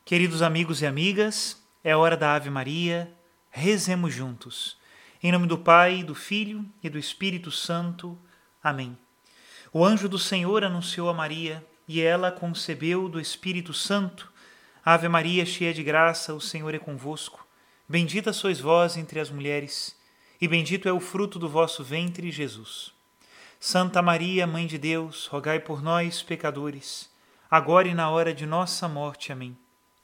Queridos amigos e amigas, é hora da Ave Maria, rezemos juntos. Em nome do Pai, do Filho e do Espírito Santo. Amém. O anjo do Senhor anunciou a Maria, e ela concebeu do Espírito Santo. Ave Maria, cheia de graça, o Senhor é convosco. Bendita sois vós entre as mulheres, e bendito é o fruto do vosso ventre, Jesus. Santa Maria, Mãe de Deus, rogai por nós, pecadores, agora e na hora de nossa morte. Amém.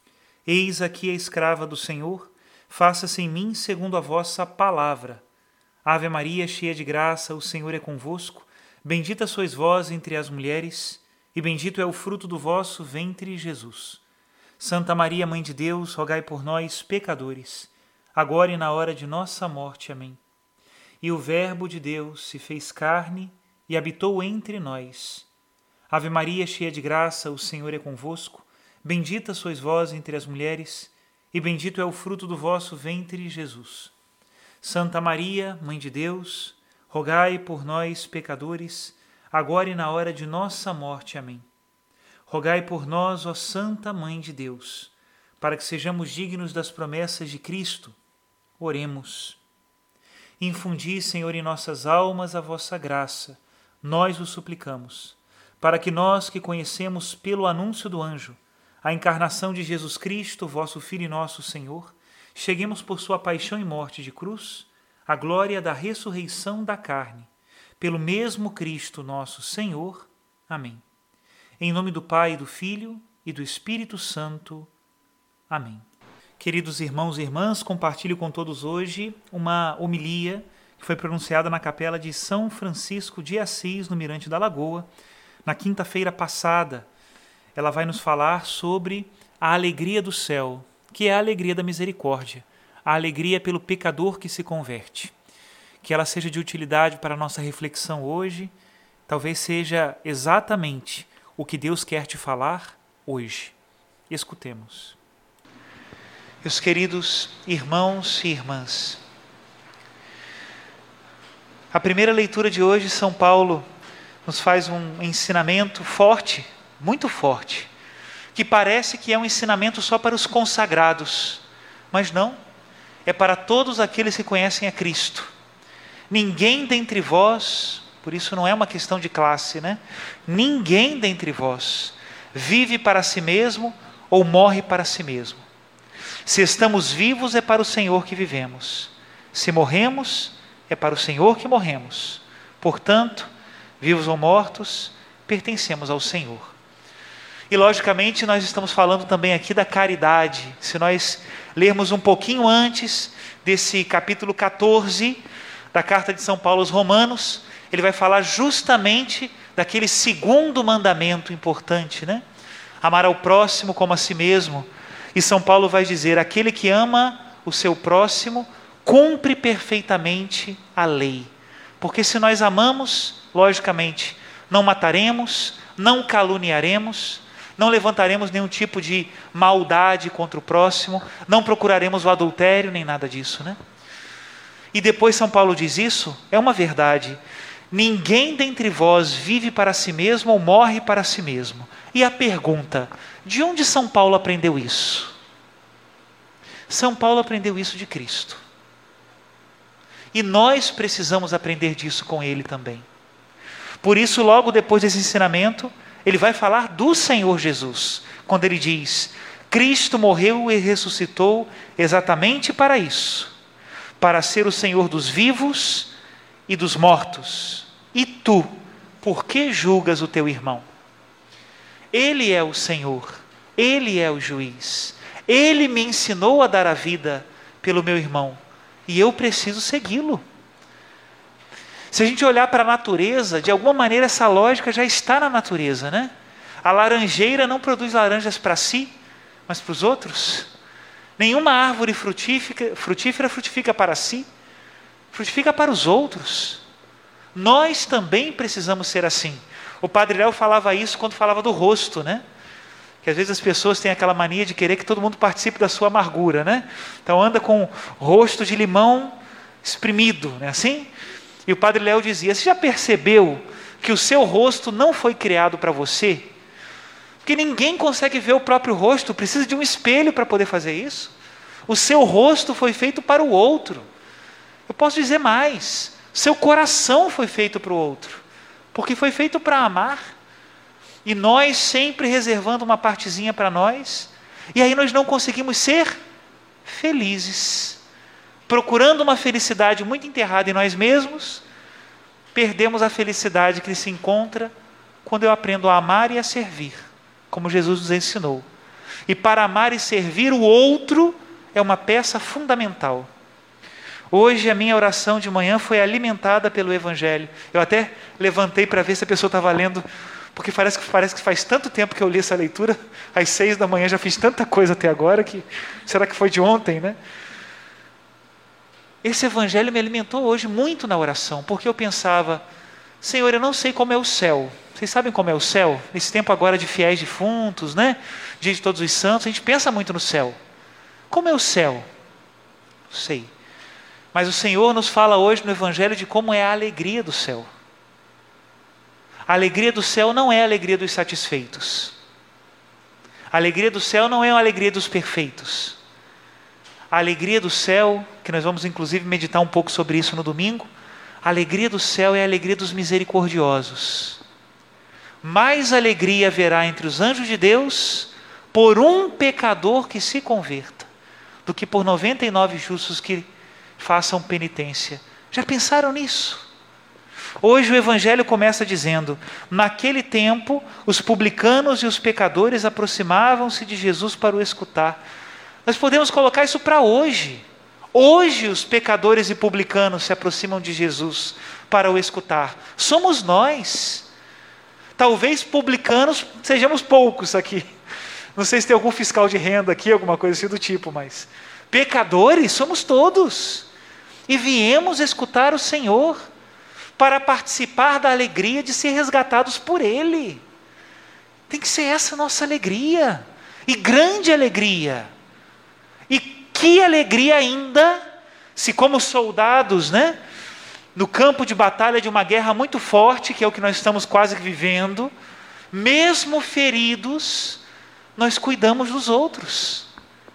Eis aqui a escrava do Senhor, faça-se em mim segundo a vossa palavra. Ave Maria, cheia de graça, o Senhor é convosco. Bendita sois vós entre as mulheres, e bendito é o fruto do vosso ventre, Jesus. Santa Maria, Mãe de Deus, rogai por nós, pecadores, agora e na hora de nossa morte. Amém. E o Verbo de Deus se fez carne e habitou entre nós. Ave Maria, cheia de graça, o Senhor é convosco. Bendita sois vós entre as mulheres, e bendito é o fruto do vosso ventre, Jesus. Santa Maria, Mãe de Deus, rogai por nós, pecadores, agora e na hora de nossa morte. Amém. Rogai por nós, ó Santa Mãe de Deus, para que sejamos dignos das promessas de Cristo. Oremos. Infundi, Senhor, em nossas almas a vossa graça, nós o suplicamos, para que nós que conhecemos pelo anúncio do anjo a encarnação de Jesus Cristo, vosso Filho e nosso Senhor, cheguemos por sua paixão e morte de cruz, à glória da ressurreição da carne, pelo mesmo Cristo nosso Senhor. Amém. Em nome do Pai, do Filho e do Espírito Santo. Amém. Queridos irmãos e irmãs, compartilho com todos hoje uma homilia que foi pronunciada na capela de São Francisco de Assis, no Mirante da Lagoa, na quinta-feira passada. Ela vai nos falar sobre a alegria do céu, que é a alegria da misericórdia, a alegria pelo pecador que se converte. Que ela seja de utilidade para a nossa reflexão hoje, talvez seja exatamente o que Deus quer te falar hoje. Escutemos. Meus queridos irmãos e irmãs, a primeira leitura de hoje, São Paulo nos faz um ensinamento forte, muito forte, que parece que é um ensinamento só para os consagrados, mas não, é para todos aqueles que conhecem a Cristo. Ninguém dentre vós, por isso não é uma questão de classe, né? Ninguém dentre vós vive para si mesmo ou morre para si mesmo. Se estamos vivos, é para o Senhor que vivemos. Se morremos, é para o Senhor que morremos. Portanto, vivos ou mortos, pertencemos ao Senhor. E logicamente nós estamos falando também aqui da caridade. Se nós lermos um pouquinho antes desse capítulo 14 da carta de São Paulo aos Romanos, ele vai falar justamente daquele segundo mandamento importante, né? Amar ao próximo como a si mesmo. E São Paulo vai dizer, aquele que ama o seu próximo cumpre perfeitamente a lei. Porque se nós amamos, logicamente, não mataremos, não caluniaremos, não levantaremos nenhum tipo de maldade contra o próximo, não procuraremos o adultério, nem nada disso, né? E depois São Paulo diz isso, é uma verdade. Ninguém dentre vós vive para si mesmo ou morre para si mesmo. E a pergunta, de onde São Paulo aprendeu isso? São Paulo aprendeu isso de Cristo. E nós precisamos aprender disso com ele também. Por isso, logo depois desse ensinamento, ele vai falar do Senhor Jesus, quando ele diz, Cristo morreu e ressuscitou exatamente para isso, para ser o Senhor dos vivos e dos mortos. E tu, por que julgas o teu irmão? Ele é o Senhor, Ele é o juiz, Ele me ensinou a dar a vida pelo meu irmão, e eu preciso segui-lo. Se a gente olhar para a natureza, de alguma maneira essa lógica já está na natureza, né? A laranjeira não produz laranjas para si, mas para os outros. Nenhuma árvore frutífera frutifica para si, frutifica para os outros. Nós também precisamos ser assim. O Padre Léo falava isso quando falava do rosto, né? Que às vezes as pessoas têm aquela mania de querer que todo mundo participe da sua amargura, né? Então anda com rosto de limão espremido, não é assim? E o Padre Léo dizia, você já percebeu que o seu rosto não foi criado para você? Porque ninguém consegue ver o próprio rosto, precisa de um espelho para poder fazer isso. O seu rosto foi feito para o outro. Eu posso dizer mais, seu coração foi feito para o outro, porque foi feito para amar. E nós sempre reservando uma partezinha para nós, e aí nós não conseguimos ser felizes. Procurando uma felicidade muito enterrada em nós mesmos, perdemos a felicidade que se encontra quando eu aprendo a amar e a servir, como Jesus nos ensinou. E para amar e servir o outro é uma peça fundamental. Hoje a minha oração de manhã foi alimentada pelo Evangelho. Eu até levantei para ver se a pessoa estava lendo, porque parece que faz tanto tempo que eu li essa leitura, às 6 da manhã já fiz tanta coisa até agora, que será que foi de ontem, né? Esse Evangelho me alimentou hoje muito na oração, porque eu pensava, Senhor, eu não sei como é o céu. Vocês sabem como é o céu? Nesse tempo agora de fiéis defuntos, né? Dia de todos os santos, a gente pensa muito no céu. Como é o céu? Não sei. Mas o Senhor nos fala hoje no Evangelho de como é a alegria do céu. A alegria do céu não é a alegria dos satisfeitos. A alegria do céu não é a alegria dos perfeitos. A alegria do céu, que nós vamos inclusive meditar um pouco sobre isso no domingo, a alegria do céu é a alegria dos misericordiosos. Mais alegria haverá entre os anjos de Deus por um pecador que se converta, do que por 99 justos que façam penitência. Já pensaram nisso? Hoje o Evangelho começa dizendo, naquele tempo os publicanos e os pecadores aproximavam-se de Jesus para o escutar. Nós podemos colocar isso para hoje. Hoje os pecadores e publicanos se aproximam de Jesus para o escutar. Somos nós. Talvez publicanos sejamos poucos aqui. Não sei se tem algum fiscal de renda aqui, alguma coisa assim do tipo, mas pecadores somos todos. E viemos escutar o Senhor para participar da alegria de ser resgatados por Ele. Tem que ser essa nossa alegria. E grande alegria. E que alegria ainda, se como soldados, né, no campo de batalha de uma guerra muito forte, que é o que nós estamos quase vivendo, mesmo feridos, nós cuidamos dos outros.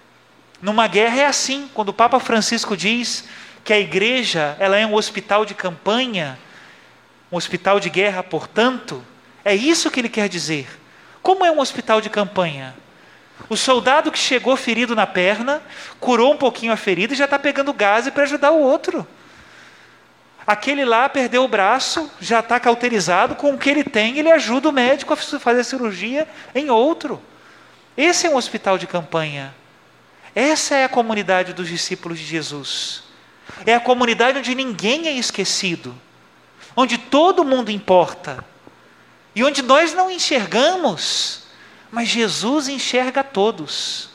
Numa guerra é assim, quando o Papa Francisco diz que a igreja ela é um hospital de campanha, um hospital de guerra, portanto, é isso que ele quer dizer. Como é um hospital de campanha? O soldado que chegou ferido na perna, curou um pouquinho a ferida e já está pegando gás para ajudar o outro. Aquele lá perdeu o braço, já está cauterizado, com o que ele tem, ele ajuda o médico a fazer a cirurgia em outro. Esse é um hospital de campanha. Essa é a comunidade dos discípulos de Jesus. É a comunidade onde ninguém é esquecido, onde todo mundo importa, e onde nós não enxergamos, mas Jesus enxerga todos.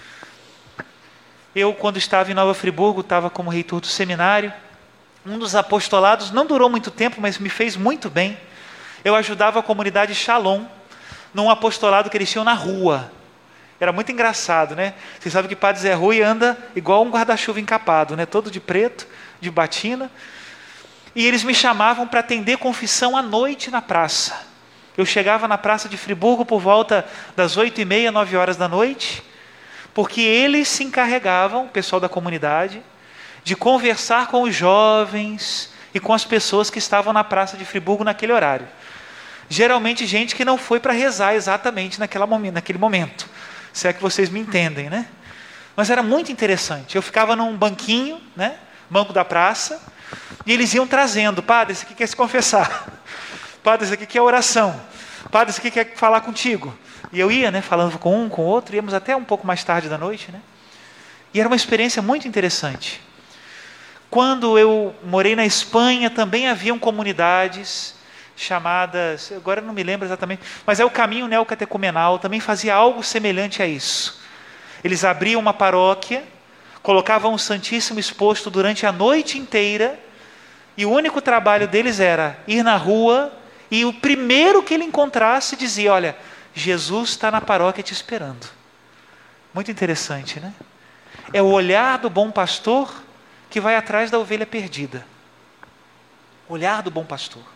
Eu, quando estava em Nova Friburgo, estava como reitor do seminário, um dos apostolados, não durou muito tempo, mas me fez muito bem. Eu ajudava a comunidade Shalom, num apostolado que eles tinham na rua. Era muito engraçado, né? Vocês sabem que Padre Zé Rui anda igual um guarda-chuva encapado, né? Todo de preto, de batina. E eles me chamavam para atender confissão à noite na praça. Eu chegava na praça de Friburgo por volta das 8h30, 9 horas da noite, porque eles se encarregavam, o pessoal da comunidade, de conversar com os jovens e com as pessoas que estavam na praça de Friburgo naquele horário. Geralmente gente que não foi para rezar exatamente naquele momento, se é que vocês me entendem, né? Mas era muito interessante. Eu ficava num banquinho, né? Banco da praça, e eles iam trazendo, padre, esse aqui quer se confessar. Padre, esse aqui quer oração. Padre, esse aqui quer falar contigo. E eu ia, né, falando com um, com o outro, íamos até um pouco mais tarde da noite, né? E era uma experiência muito interessante. Quando eu morei na Espanha, também haviam comunidades chamadas, agora eu não me lembro exatamente, mas é o Caminho Neocatecumenal, também fazia algo semelhante a isso. Eles abriam uma paróquia, colocavam o Santíssimo exposto durante a noite inteira, e o único trabalho deles era ir na rua, e o primeiro que ele encontrasse dizia, olha, Jesus está na paróquia te esperando. Muito interessante, né? É o olhar do bom pastor que vai atrás da ovelha perdida. O olhar do bom pastor.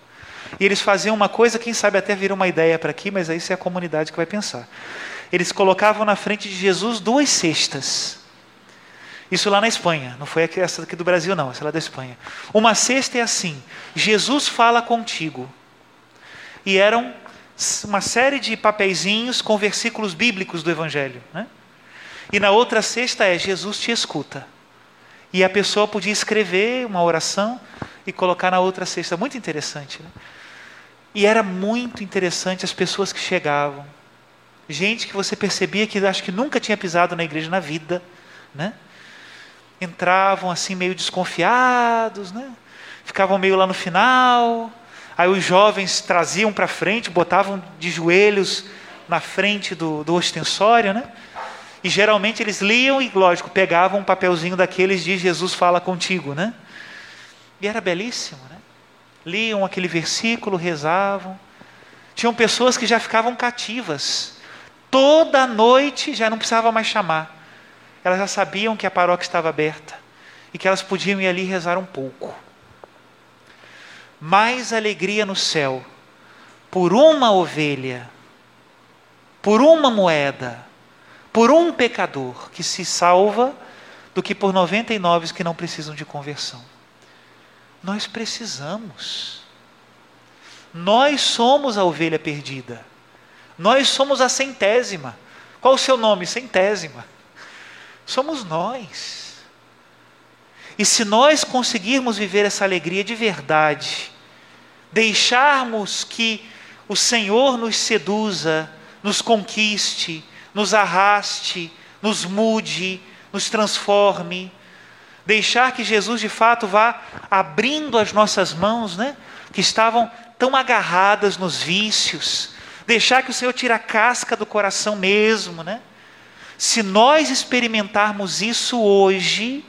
E eles faziam uma coisa, quem sabe até vira uma ideia para aqui, mas aí isso é a comunidade que vai pensar. Eles colocavam na frente de Jesus 2 cestas. Isso lá na Espanha, não foi essa daqui do Brasil não, essa lá da Espanha. Uma cesta é assim: Jesus fala contigo. E eram uma série de papeizinhos com versículos bíblicos do Evangelho, né? E na outra cesta é: Jesus te escuta. E a pessoa podia escrever uma oração e colocar na outra cesta. Muito interessante, né? E era muito interessante as pessoas que chegavam. Gente que você percebia que acho que nunca tinha pisado na igreja na vida, né? Entravam assim meio desconfiados, né? Ficavam meio lá no final. Aí os jovens traziam para frente, botavam de joelhos na frente do ostensório, né? E geralmente eles liam e, lógico, pegavam um papelzinho daqueles de Jesus fala contigo, né? E era belíssimo, né? Liam aquele versículo, rezavam. Tinham pessoas que já ficavam cativas. Toda noite já não precisava mais chamar. Elas já sabiam que a paróquia estava aberta e que elas podiam ir ali rezar um pouco. Mais alegria no céu por uma ovelha, por uma moeda, por um pecador que se salva, do que por 99 que não precisam de conversão. Nós precisamos. Nós somos a ovelha perdida. Nós somos a 100ª. Qual o seu nome? 100ª. Somos nós. E se nós conseguirmos viver essa alegria de verdade, deixarmos que o Senhor nos seduza, nos conquiste, nos arraste, nos mude, nos transforme, deixar que Jesus de fato vá abrindo as nossas mãos, né, que estavam tão agarradas nos vícios, deixar que o Senhor tire a casca do coração mesmo, né? Se nós experimentarmos isso hoje,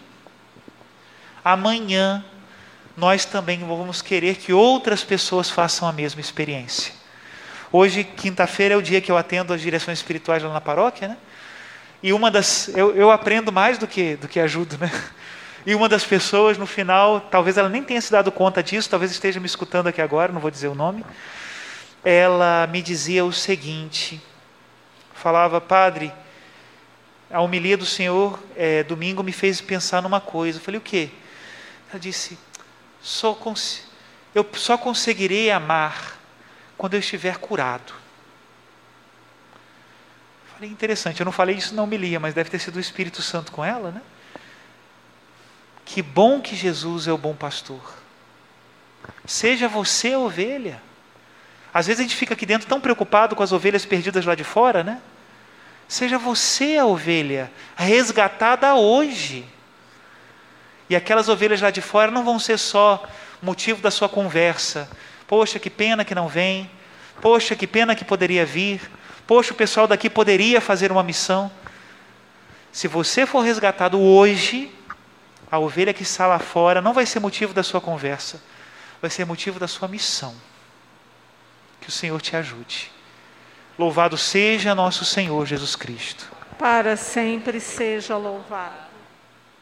amanhã nós também vamos querer que outras pessoas façam a mesma experiência. Hoje, quinta-feira, é o dia que eu atendo as direções espirituais lá na paróquia, né? E eu aprendo mais do que ajudo, né? E uma das pessoas, no final, talvez ela nem tenha se dado conta disso, talvez esteja me escutando aqui agora, não vou dizer o nome. Ela me dizia o seguinte, falava: padre, a homilia do Senhor domingo me fez pensar numa coisa. Eu falei: o quê? Ela disse: eu só conseguirei amar quando eu estiver curado. Eu falei: interessante, eu não falei isso na homilia, mas deve ter sido o Espírito Santo com ela, né? Que bom que Jesus é o bom pastor. Seja você a ovelha. Às vezes a gente fica aqui dentro tão preocupado com as ovelhas perdidas lá de fora, né? Seja você a ovelha resgatada hoje. E aquelas ovelhas lá de fora não vão ser só motivo da sua conversa. Poxa, que pena que não vem. Poxa, que pena que poderia vir. Poxa, o pessoal daqui poderia fazer uma missão. Se você for resgatado hoje, a ovelha que está lá fora não vai ser motivo da sua conversa. Vai ser motivo da sua missão. Que o Senhor te ajude. Louvado seja nosso Senhor Jesus Cristo. Para sempre seja louvado.